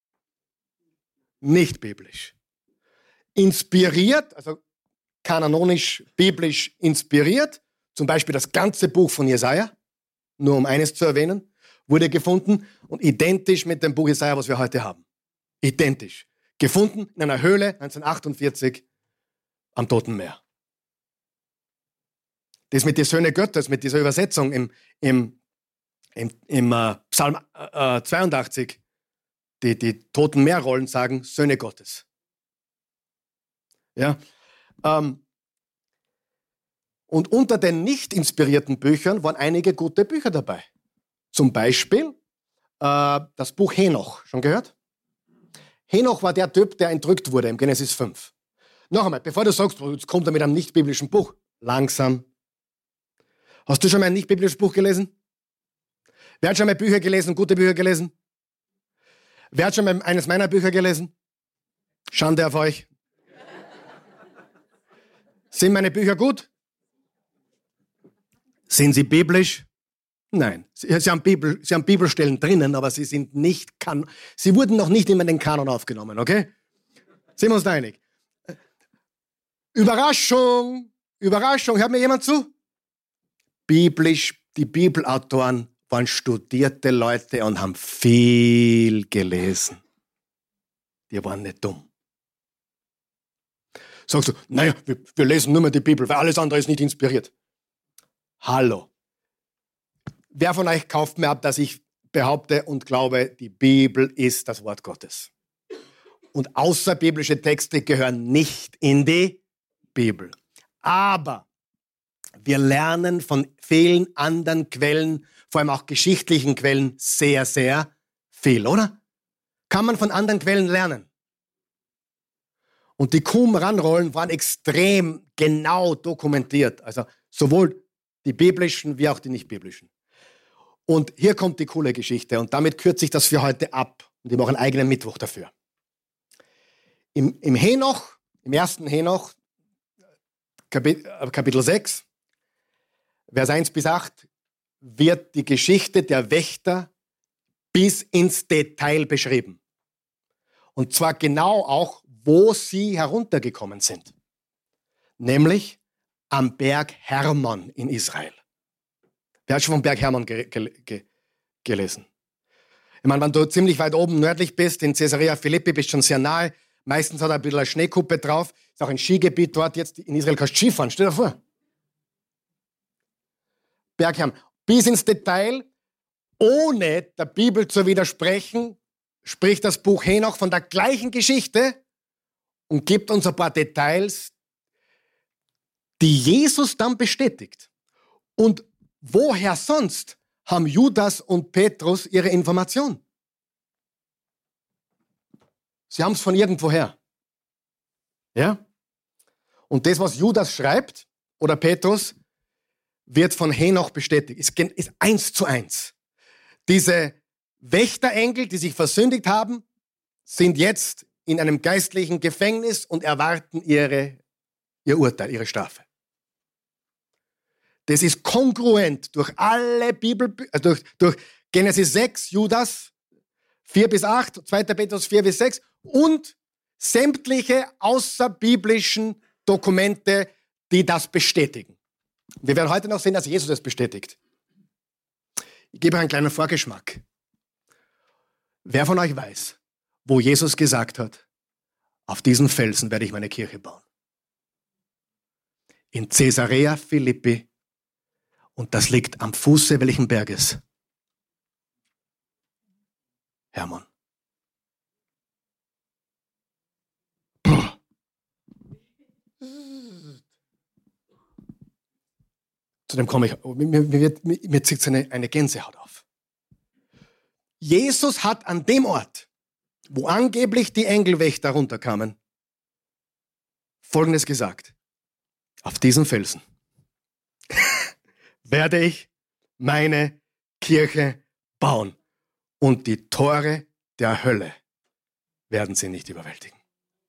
nicht biblisch. Inspiriert, also kanonisch, biblisch inspiriert, zum Beispiel das ganze Buch von Jesaja, nur um eines zu erwähnen, wurde gefunden und identisch mit dem Buch Jesaja, was wir heute haben. Identisch. Gefunden in einer Höhle neunzehnhundertachtundvierzig am Toten Meer. Das mit den Söhne Gottes, mit dieser Übersetzung im, im, im, im äh, Psalm äh, zweiundachtzig, die, die Toten Meerrollen sagen Söhne Gottes. Ja. Ähm, und unter den nicht inspirierten Büchern waren einige gute Bücher dabei. Zum Beispiel äh, das Buch Henoch. Schon gehört? Henoch war der Typ, der entrückt wurde im Genesis fünf. Noch einmal, bevor du sagst, jetzt kommt er mit einem nicht-biblischen Buch. Langsam. Hast du schon mal ein nicht-biblisches Buch gelesen? Wer hat schon mal Bücher gelesen, gute Bücher gelesen? Wer hat schon mal eines meiner Bücher gelesen? Schande auf euch. Sind meine Bücher gut? Sind sie biblisch? Nein. Sie, sie, haben Bibel, sie haben Bibelstellen drinnen, aber sie sind nicht, kan sie wurden noch nicht immer in den Kanon aufgenommen, okay? Sind wir uns da einig? Überraschung, Überraschung, hört mir jemand zu? Biblisch, die Bibelautoren waren studierte Leute und haben viel gelesen. Die waren nicht dumm. Sagst du, naja, wir, wir lesen nur mehr die Bibel, weil alles andere ist nicht inspiriert. Hallo. Wer von euch kauft mir ab, dass ich behaupte und glaube, die Bibel ist das Wort Gottes? Und außerbiblische Texte gehören nicht in die Bibel. Aber wir lernen von vielen anderen Quellen, vor allem auch geschichtlichen Quellen, sehr, sehr viel, oder? Kann man von anderen Quellen lernen. Und die Qumran-Rollen waren extrem genau dokumentiert. Also sowohl die biblischen wie auch die nicht-biblischen. Und hier kommt die coole Geschichte. Und damit kürze ich das für heute ab. Und ich mache einen eigenen Mittwoch dafür. Im, im Henoch, im ersten Henoch, Kapitel sechs, Vers eins bis acht, wird die Geschichte der Wächter bis ins Detail beschrieben. Und zwar genau auch, wo sie heruntergekommen sind. Nämlich am Berg Hermon in Israel. Wer hat schon vom Berg Hermon ge ge ge gelesen? Ich meine, wenn du ziemlich weit oben nördlich bist, in Caesarea Philippi, bist du schon sehr nahe. Meistens hat er ein bisschen eine Schneekuppe drauf. Ist auch ein Skigebiet dort. Jetzt in Israel kannst du Skifahren. Stell dir vor. Berg Hermon. Bis ins Detail, ohne der Bibel zu widersprechen, spricht das Buch Henoch von der gleichen Geschichte und gibt uns ein paar Details, die Jesus dann bestätigt. Und woher sonst haben Judas und Petrus ihre Information? Sie haben es von irgendwoher. Ja? Und das, was Judas schreibt, oder Petrus, wird von Henoch bestätigt. Ist, ist eins zu eins. Diese Wächterengel, die sich versündigt haben, sind jetzt in einem geistlichen Gefängnis und erwarten ihre, ihr Urteil, ihre Strafe. Das ist kongruent durch alle Bibel, durch, durch Genesis sechs, Judas vier bis acht, zweiter Petrus vier bis sechs und sämtliche außerbiblischen Dokumente, die das bestätigen. Wir werden heute noch sehen, dass Jesus das bestätigt. Ich gebe euch einen kleinen Vorgeschmack. Wer von euch weiß, wo Jesus gesagt hat, auf diesen Felsen werde ich meine Kirche bauen? In Caesarea Philippi. Und das liegt am Fuße welchen Berges? Hermon. Zu dem komme ich. Mir, mir, mir, mir zieht eine, eine Gänsehaut auf. Jesus hat an dem Ort, wo angeblich die Engelwächter runterkamen, Folgendes gesagt. Auf diesen Felsen werde ich meine Kirche bauen und die Tore der Hölle werden sie nicht überwältigen.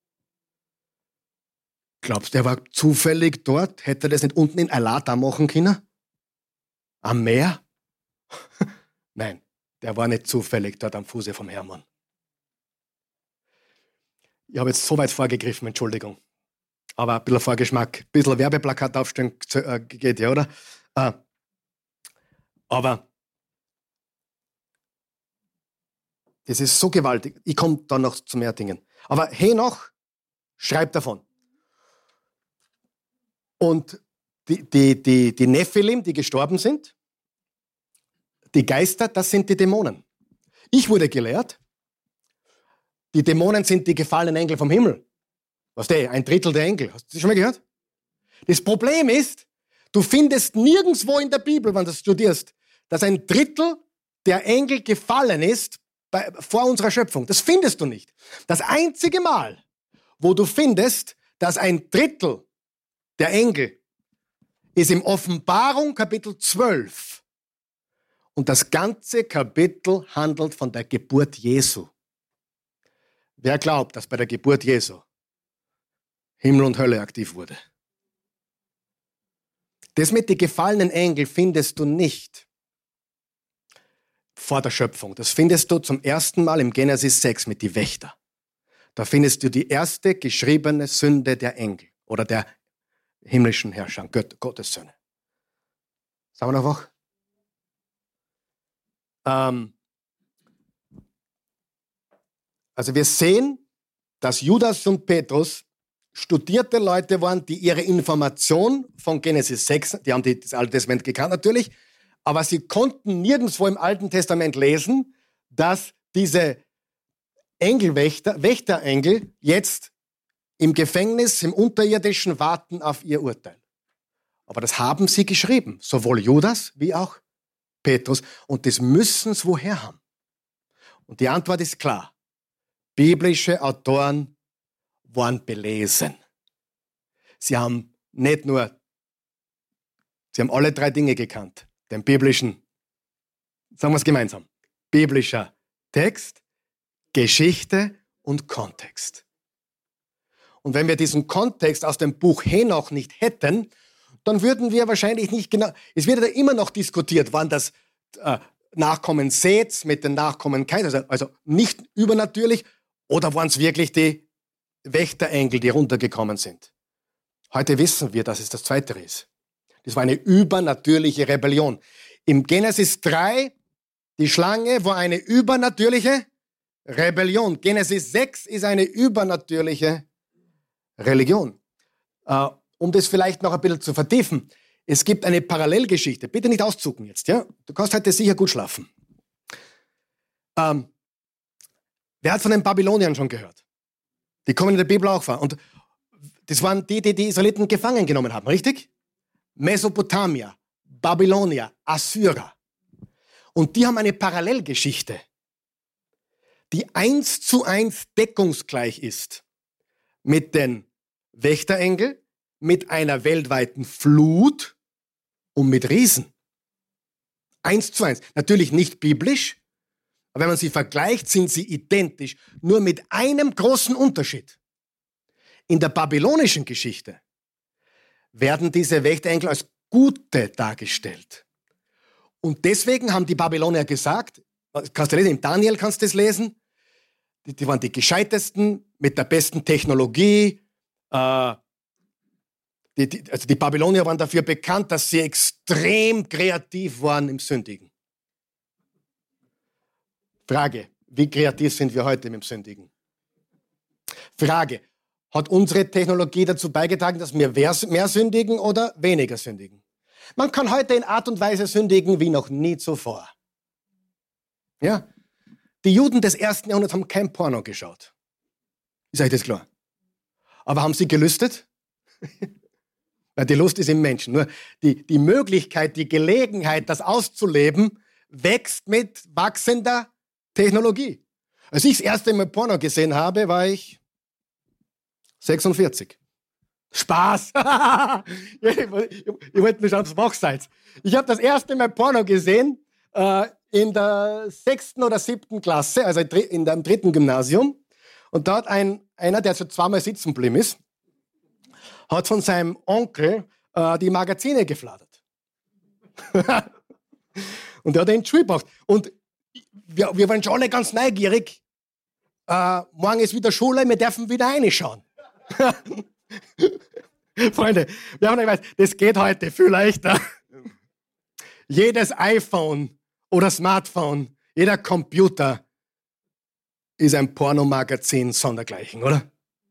Glaubst du, er war zufällig dort? Hätte er das nicht unten in Alata machen können? Am Meer? Nein, der war nicht zufällig dort am Fuße vom Hermann. Ich habe jetzt so weit vorgegriffen, Entschuldigung. Aber ein bisschen Vorgeschmack, ein bisschen Werbeplakat aufstellen äh, geht ja, oder? Äh, aber das ist so gewaltig. Ich komme dann noch zu mehr Dingen. Aber Henoch schreibt davon. Und die, die, die, die Nephilim, die gestorben sind, die Geister, das sind die Dämonen. Ich wurde gelehrt, die Dämonen sind die gefallenen Engel vom Himmel. Was der? Ein Drittel der Engel. Hast du das schon mal gehört? Das Problem ist, du findest nirgendwo in der Bibel, wenn du das studierst, dass ein Drittel der Engel gefallen ist bei, vor unserer Schöpfung. Das findest du nicht. Das einzige Mal, wo du findest, dass ein Drittel der Engel ist im Offenbarung Kapitel zwölf. Und das ganze Kapitel handelt von der Geburt Jesu. Wer glaubt, dass bei der Geburt Jesu Himmel und Hölle aktiv wurde? Das mit den gefallenen Engeln findest du nicht vor der Schöpfung. Das findest du zum ersten Mal im Genesis sechs mit den Wächter. Da findest du die erste geschriebene Sünde der Engel oder der himmlischen Herrscher, Gott, Gottes Söhne. Sagen wir noch was? Ähm, also wir sehen, dass Judas und Petrus studierte Leute waren, die ihre Information von Genesis sechs, die haben die, das Alte Testament gekannt natürlich, aber sie konnten nirgendwo im Alten Testament lesen, dass diese Engelwächter, Wächterengel jetzt im Gefängnis, im Unterirdischen warten auf ihr Urteil. Aber das haben sie geschrieben, sowohl Judas wie auch Petrus. Und das müssen sie woher haben. Und die Antwort ist klar. Biblische Autoren waren belesen. Sie haben nicht nur, sie haben alle drei Dinge gekannt. Den biblischen, sagen wir es gemeinsam, biblischer Text, Geschichte und Kontext. Und wenn wir diesen Kontext aus dem Buch Henoch nicht hätten, dann würden wir wahrscheinlich nicht genau, es wird ja immer noch diskutiert, waren das äh, Nachkommen Seths mit den Nachkommen Kains, also, also nicht übernatürlich, oder waren es wirklich die Wächterengel, die runtergekommen sind? Heute wissen wir, dass es das Zweite ist. Das war eine übernatürliche Rebellion. Im Genesis drei, die Schlange war eine übernatürliche Rebellion. Genesis sechs ist eine übernatürliche Religion. Äh, um das vielleicht noch ein bisschen zu vertiefen, es gibt eine Parallelgeschichte. Bitte nicht auszucken jetzt, ja? Du kannst heute sicher gut schlafen. Ähm, wer hat von den Babyloniern schon gehört? Die kommen in der Bibel auch vor. Und das waren die, die die Israeliten gefangen genommen haben, richtig? Mesopotamia, Babylonier, Assyrer. Und die haben eine Parallelgeschichte, die eins zu eins deckungsgleich ist mit den Wächterengel, mit einer weltweiten Flut und mit Riesen. Eins zu eins. Natürlich nicht biblisch, aber wenn man sie vergleicht, sind sie identisch. Nur mit einem großen Unterschied. In der babylonischen Geschichte werden diese Wächterengel als Gute dargestellt. Und deswegen haben die Babylonier gesagt, kannst du lesen, im Daniel kannst du das lesen, die, die waren die gescheitesten, mit der besten Technologie. Äh, die, die, also die Babylonier waren dafür bekannt, dass sie extrem kreativ waren im Sündigen. Frage, wie kreativ sind wir heute mit dem Sündigen? Frage, hat unsere Technologie dazu beigetragen, dass wir mehr sündigen oder weniger sündigen? Man kann heute in Art und Weise sündigen wie noch nie zuvor. Ja? Die Juden des ersten Jahrhunderts haben kein Porno geschaut. Ist euch das klar? Aber haben sie gelüstet? Weil die Lust ist im Menschen. Nur die, die Möglichkeit, die Gelegenheit, das auszuleben, wächst mit wachsender Technologie. Als ich das erste Mal Porno gesehen habe, war ich sechsundvierzig. Spaß! ich, ich, ich wollte nur schauen, ob ihr wach seid. Ich habe das erste Mal Porno gesehen äh, in der sechsten oder siebten Klasse, also in dem dritten Gymnasium. Und da hat ein, einer, der schon zweimal sitzen geblieben ist, hat von seinem Onkel äh, die Magazine gefladert. Und der hat ihn in die Schule gebracht. Und wir, wir waren schon alle ganz neugierig. Äh, morgen ist wieder Schule, wir dürfen wieder reinschauen. Freunde, wir haben gesagt, das geht heute viel leichter. Jedes iPhone oder Smartphone, jeder Computer ist ein Pornomagazin sondergleichen, oder?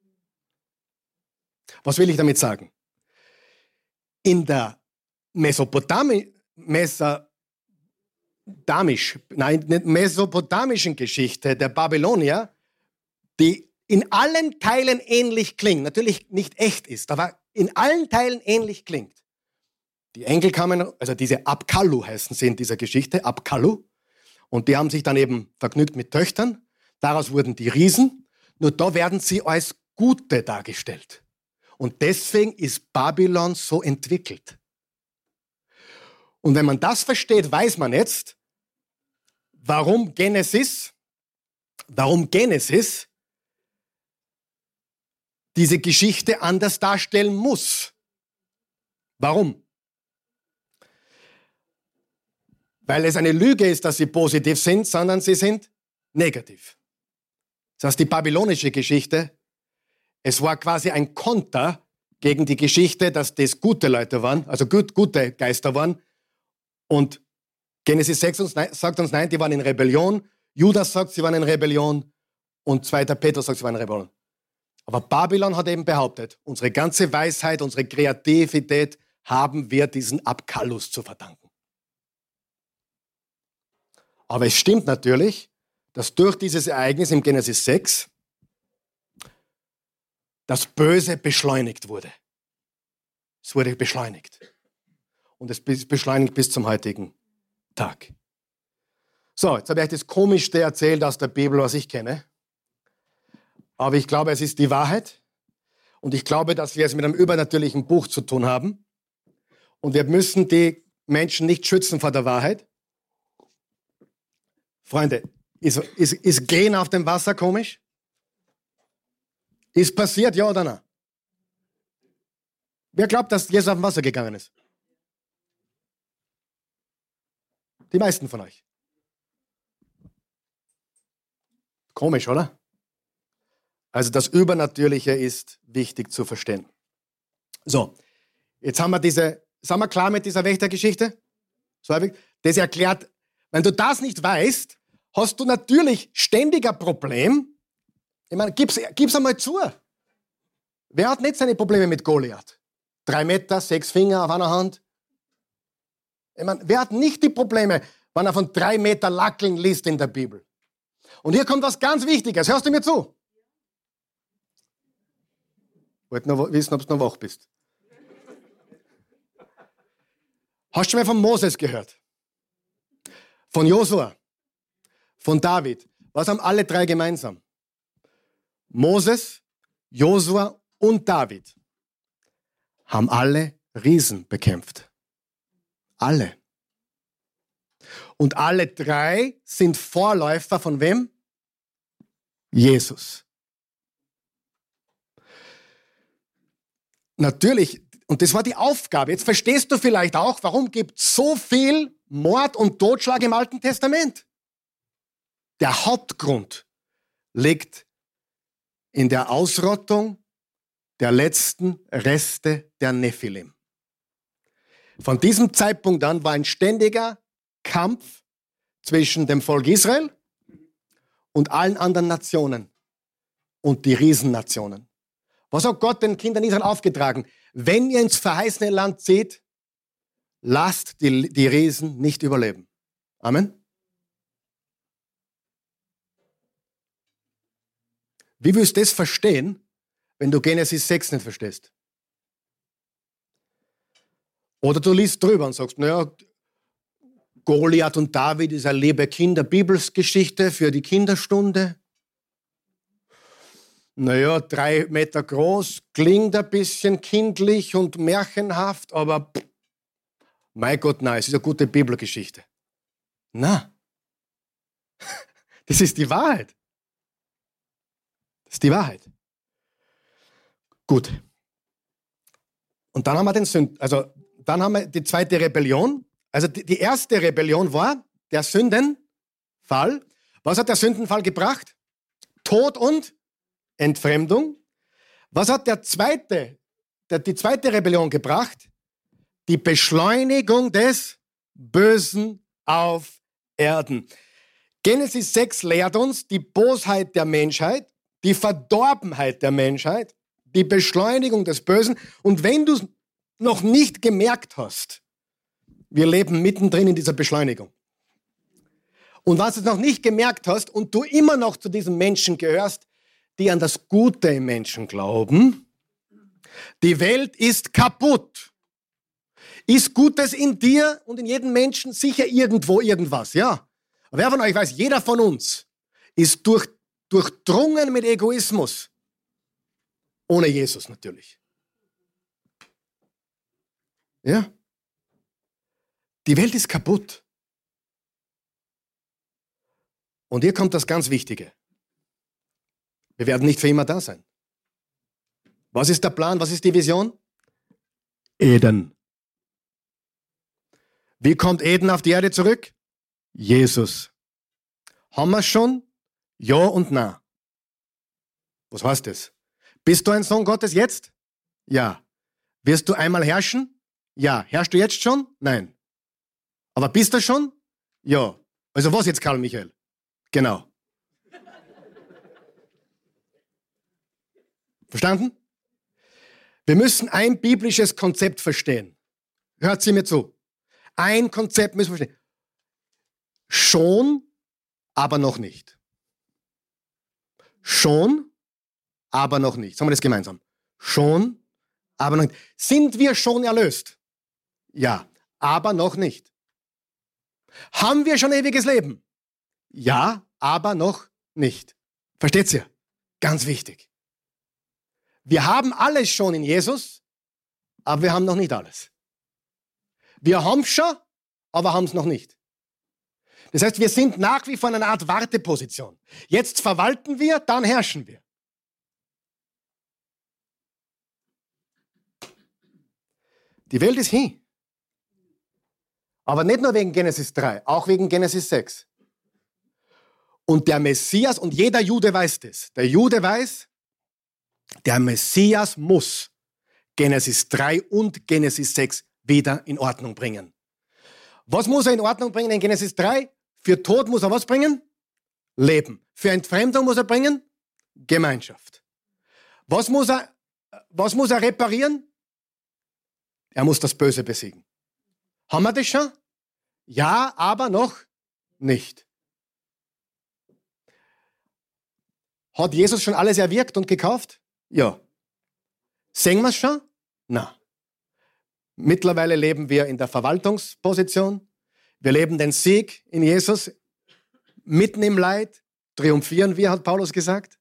Was will ich damit sagen? In der Mesopotami, Mesopotamisch, nein, nicht mesopotamischen Geschichte der Babylonier, die in allen Teilen ähnlich klingt, natürlich nicht echt ist, aber in allen Teilen ähnlich klingt. Die Engel kamen, also diese Abkallu heißen sie in dieser Geschichte, Abkallu, und die haben sich dann eben vergnügt mit Töchtern. Daraus wurden die Riesen, nur da werden sie als Gute dargestellt. Und deswegen ist Babylon so entwickelt. Und wenn man das versteht, weiß man jetzt, warum Genesis, warum Genesis diese Geschichte anders darstellen muss. Warum? Weil es eine Lüge ist, dass sie positiv sind, sondern sie sind negativ. Das heißt, die babylonische Geschichte, es war quasi ein Konter gegen die Geschichte, dass das gute Leute waren, also gut, gute Geister waren. Und Genesis sechs uns, sagt uns, nein, die waren in Rebellion. Judas sagt, sie waren in Rebellion. Und zweiter Petrus sagt, sie waren in Rebellion. Aber Babylon hat eben behauptet, unsere ganze Weisheit, unsere Kreativität haben wir diesen Abkallus zu verdanken. Aber es stimmt natürlich, dass durch dieses Ereignis im Genesis sechs das Böse beschleunigt wurde. Es wurde beschleunigt. Und es ist beschleunigt bis zum heutigen Tag. So, jetzt habe ich euch das Komischste erzählt aus der Bibel, was ich kenne. Aber ich glaube, es ist die Wahrheit. Und ich glaube, dass wir es mit einem übernatürlichen Buch zu tun haben. Und wir müssen die Menschen nicht schützen vor der Wahrheit. Freunde, ist, ist, ist Gehen auf dem Wasser komisch? Ist passiert, ja oder nein? Wer glaubt, dass Jesus auf dem Wasser gegangen ist? Die meisten von euch. Komisch, oder? Also das Übernatürliche ist wichtig zu verstehen. So, jetzt haben wir diese, sind wir klar mit dieser Wächtergeschichte? Das erklärt, wenn du das nicht weißt, hast du natürlich ständig ein Problem. Ich meine, gib's, gib's einmal zu. Wer hat nicht seine Probleme mit Goliath? Drei Meter, sechs Finger auf einer Hand. Ich meine, wer hat nicht die Probleme, wenn er von drei Meter Lackeln liest in der Bibel? Und hier kommt was ganz Wichtiges. Hörst du mir zu? Ich wollte nur wissen, ob du noch wach bist. Hast du schon mal von Moses gehört? Von Josua? Von David? Was haben alle drei gemeinsam? Moses, Josua und David haben alle Riesen bekämpft. Alle. Und alle drei sind Vorläufer von wem? Jesus. Natürlich, und das war die Aufgabe. Jetzt verstehst du vielleicht auch, warum gibt es so viel Mord und Totschlag im Alten Testament. Der Hauptgrund liegt in der Ausrottung der letzten Reste der Nephilim. Von diesem Zeitpunkt an war ein ständiger Kampf zwischen dem Volk Israel und allen anderen Nationen und die Riesennationen. Was hat Gott den Kindern Israel aufgetragen? Wenn ihr ins verheißene Land zieht, lasst die, die Riesen nicht überleben. Amen. Wie willst du das verstehen, wenn du Genesis sechs nicht verstehst? Oder du liest drüber und sagst, naja, Goliath und David ist eine liebe Kinder-Bibelsgeschichte für die Kinderstunde. Naja, drei Meter groß, klingt ein bisschen kindlich und märchenhaft, aber pff, mein Gott, nein, es ist eine gute Bibelgeschichte. Na, das ist die Wahrheit. Das ist die Wahrheit. Gut. Und dann haben wir den Sünd, also dann haben wir die zweite Rebellion. Also die, die erste Rebellion war der Sündenfall. Was hat der Sündenfall gebracht? Tod und Entfremdung. Was hat der zweite, der, die zweite Rebellion gebracht? Die Beschleunigung des Bösen auf Erden. Genesis sechs lehrt uns die Bosheit der Menschheit, die Verdorbenheit der Menschheit, die Beschleunigung des Bösen. Und wenn du es noch nicht gemerkt hast, wir leben mittendrin in dieser Beschleunigung. Und was du noch nicht gemerkt hast und du immer noch zu diesen Menschen gehörst, die an das Gute im Menschen glauben, die Welt ist kaputt. Ist Gutes in dir und in jedem Menschen sicher irgendwo irgendwas, ja. Aber wer von euch weiß, jeder von uns ist durch, durchdrungen mit Egoismus. Ohne Jesus natürlich. Ja. Die Welt ist kaputt. Und hier kommt das ganz Wichtige. Wir werden nicht für immer da sein. Was ist der Plan? Was ist die Vision? Eden. Wie kommt Eden auf die Erde zurück? Jesus. Haben wir es schon? Ja und nein. Was heißt das? Bist du ein Sohn Gottes jetzt? Ja. Wirst du einmal herrschen? Ja. Herrschst du jetzt schon? Nein. Aber bist du schon? Ja. Also was jetzt, Karl Michael? Genau. Verstanden? Wir müssen ein biblisches Konzept verstehen. Hört sie mir zu. Ein Konzept müssen wir verstehen. Schon, aber noch nicht. Schon, aber noch nicht. Sagen wir das gemeinsam. Schon, aber noch nicht. Sind wir schon erlöst? Ja, aber noch nicht. Haben wir schon ewiges Leben? Ja, aber noch nicht. Versteht ihr? Ganz wichtig. Wir haben alles schon in Jesus, aber wir haben noch nicht alles. Wir haben es schon, aber haben es noch nicht. Das heißt, wir sind nach wie vor in einer Art Warteposition. Jetzt verwalten wir, dann herrschen wir. Die Welt ist hin. Aber nicht nur wegen Genesis drei, auch wegen Genesis sechs. Und der Messias, und jeder Jude weiß das, der Jude weiß, der Messias muss Genesis drei und Genesis sechs wieder in Ordnung bringen. Was muss er in Ordnung bringen in Genesis drei? Für Tod muss er was bringen? Leben. Für Entfremdung muss er bringen? Gemeinschaft. Was muss er, was muss er reparieren? Er muss das Böse besiegen. Haben wir das schon? Ja, aber noch nicht. Hat Jesus schon alles erwirkt und gekauft? Ja. Sehen wir es schon? Na. Mittlerweile leben wir in der Verwaltungsposition. Wir leben den Sieg in Jesus. Mitten im Leid triumphieren wir, hat Paulus gesagt.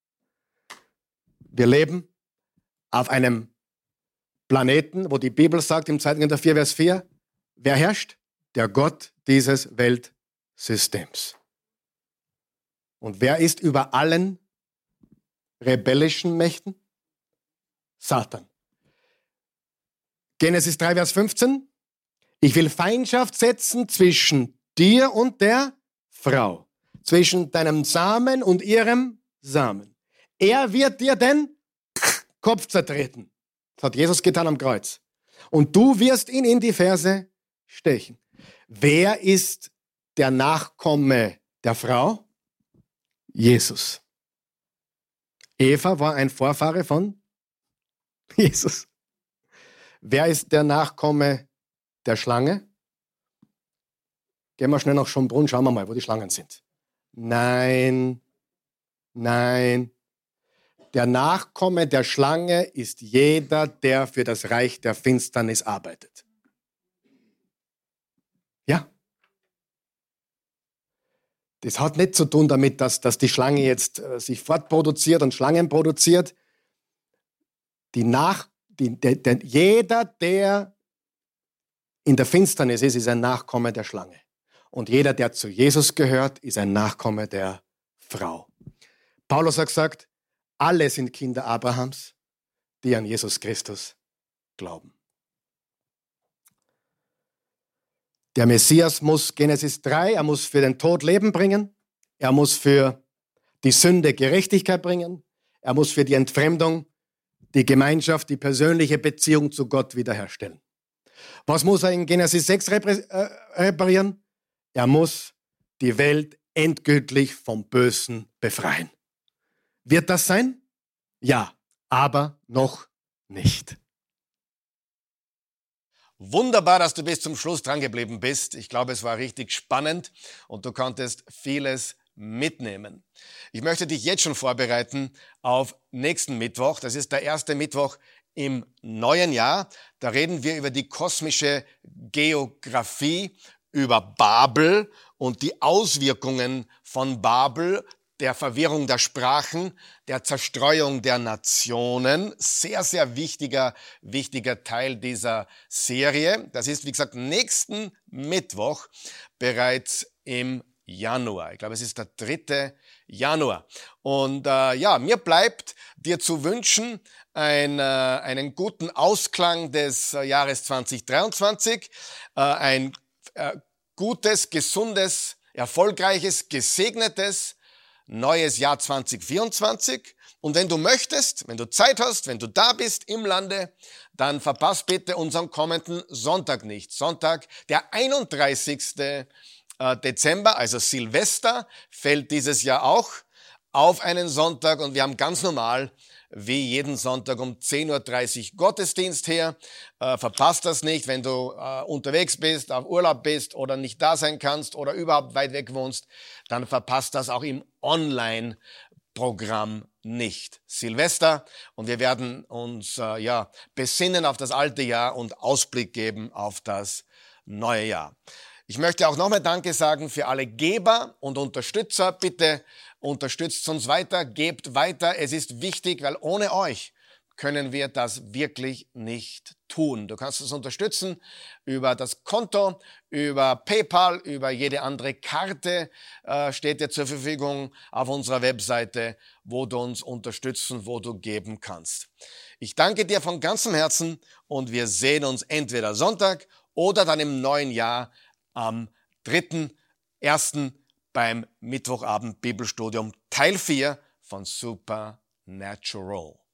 Wir leben auf einem Planeten, wo die Bibel sagt, im zweiten Korinther vier, Vers vier, wer herrscht? Der Gott dieses Weltsystems. Und wer ist über allen rebellischen Mächten? Satan. Genesis drei, Vers fünfzehn. Ich will Feindschaft setzen zwischen dir und der Frau, zwischen deinem Samen und ihrem Samen. Er wird dir den Kopf zertreten. Das hat Jesus getan am Kreuz. Und du wirst ihn in die Ferse stechen. Wer ist der Nachkomme der Frau? Jesus. Eva war ein Vorfahre von Jesus. Wer ist der Nachkomme der Schlange? Gehen wir schnell nach Schönbrunn, schauen wir mal, wo die Schlangen sind. Nein, nein. Der Nachkomme der Schlange ist jeder, der für das Reich der Finsternis arbeitet. Ja. Das hat nicht zu tun damit, dass, dass die Schlange jetzt äh, sich fortproduziert und Schlangen produziert. Die Nach, die, der, der, jeder, der in der Finsternis ist, ist ein Nachkomme der Schlange. Und jeder, der zu Jesus gehört, ist ein Nachkomme der Frau. Paulus hat gesagt, alle sind Kinder Abrahams, die an Jesus Christus glauben. Der Messias muss, Genesis drei, er muss für den Tod Leben bringen, er muss für die Sünde Gerechtigkeit bringen, er muss für die Entfremdung die Gemeinschaft, die persönliche Beziehung zu Gott wiederherstellen. Was muss er in Genesis sechs reparieren? Er muss die Welt endgültig vom Bösen befreien. Wird das sein? Ja, aber noch nicht. Wunderbar, dass du bis zum Schluss dran geblieben bist. Ich glaube, es war richtig spannend und du konntest vieles mitnehmen. Ich möchte dich jetzt schon vorbereiten auf nächsten Mittwoch. Das ist der erste Mittwoch im neuen Jahr. Da reden wir über die kosmische Geographie, über Babel und die Auswirkungen von Babel, der Verwirrung der Sprachen, der Zerstreuung der Nationen. Sehr, sehr wichtiger, wichtiger Teil dieser Serie. Das ist, wie gesagt, nächsten Mittwoch bereits im Januar. Ich glaube, es ist der dritte Januar. Und äh, ja, mir bleibt dir zu wünschen, ein, äh, einen guten Ausklang des äh, Jahres zwanzig dreiundzwanzig, äh, ein äh, gutes, gesundes, erfolgreiches, gesegnetes neues Jahr zwanzig vierundzwanzig. Und wenn du möchtest, wenn du Zeit hast, wenn du da bist im Lande, dann verpass bitte unseren kommenden Sonntag nicht. Sonntag, der einunddreißigsten Dezember, also Silvester, fällt dieses Jahr auch auf einen Sonntag und wir haben ganz normal wie jeden Sonntag um zehn Uhr dreißig Gottesdienst her. Äh, verpasst das nicht, wenn du äh, unterwegs bist, auf Urlaub bist oder nicht da sein kannst oder überhaupt weit weg wohnst, dann verpasst das auch im Online-Programm nicht. Silvester, und wir werden uns äh, ja besinnen auf das alte Jahr und Ausblick geben auf das neue Jahr. Ich möchte auch nochmal Danke sagen für alle Geber und Unterstützer. Bitte unterstützt uns weiter, gebt weiter. Es ist wichtig, weil ohne euch können wir das wirklich nicht tun. Du kannst uns unterstützen über das Konto, über PayPal, über jede andere Karte äh, steht dir zur Verfügung auf unserer Webseite, wo du uns unterstützen, wo du geben kannst. Ich danke dir von ganzem Herzen und wir sehen uns entweder Sonntag oder dann im neuen Jahr am dritten ersten beim Mittwochabend Bibelstudium Teil vier von Supernatural.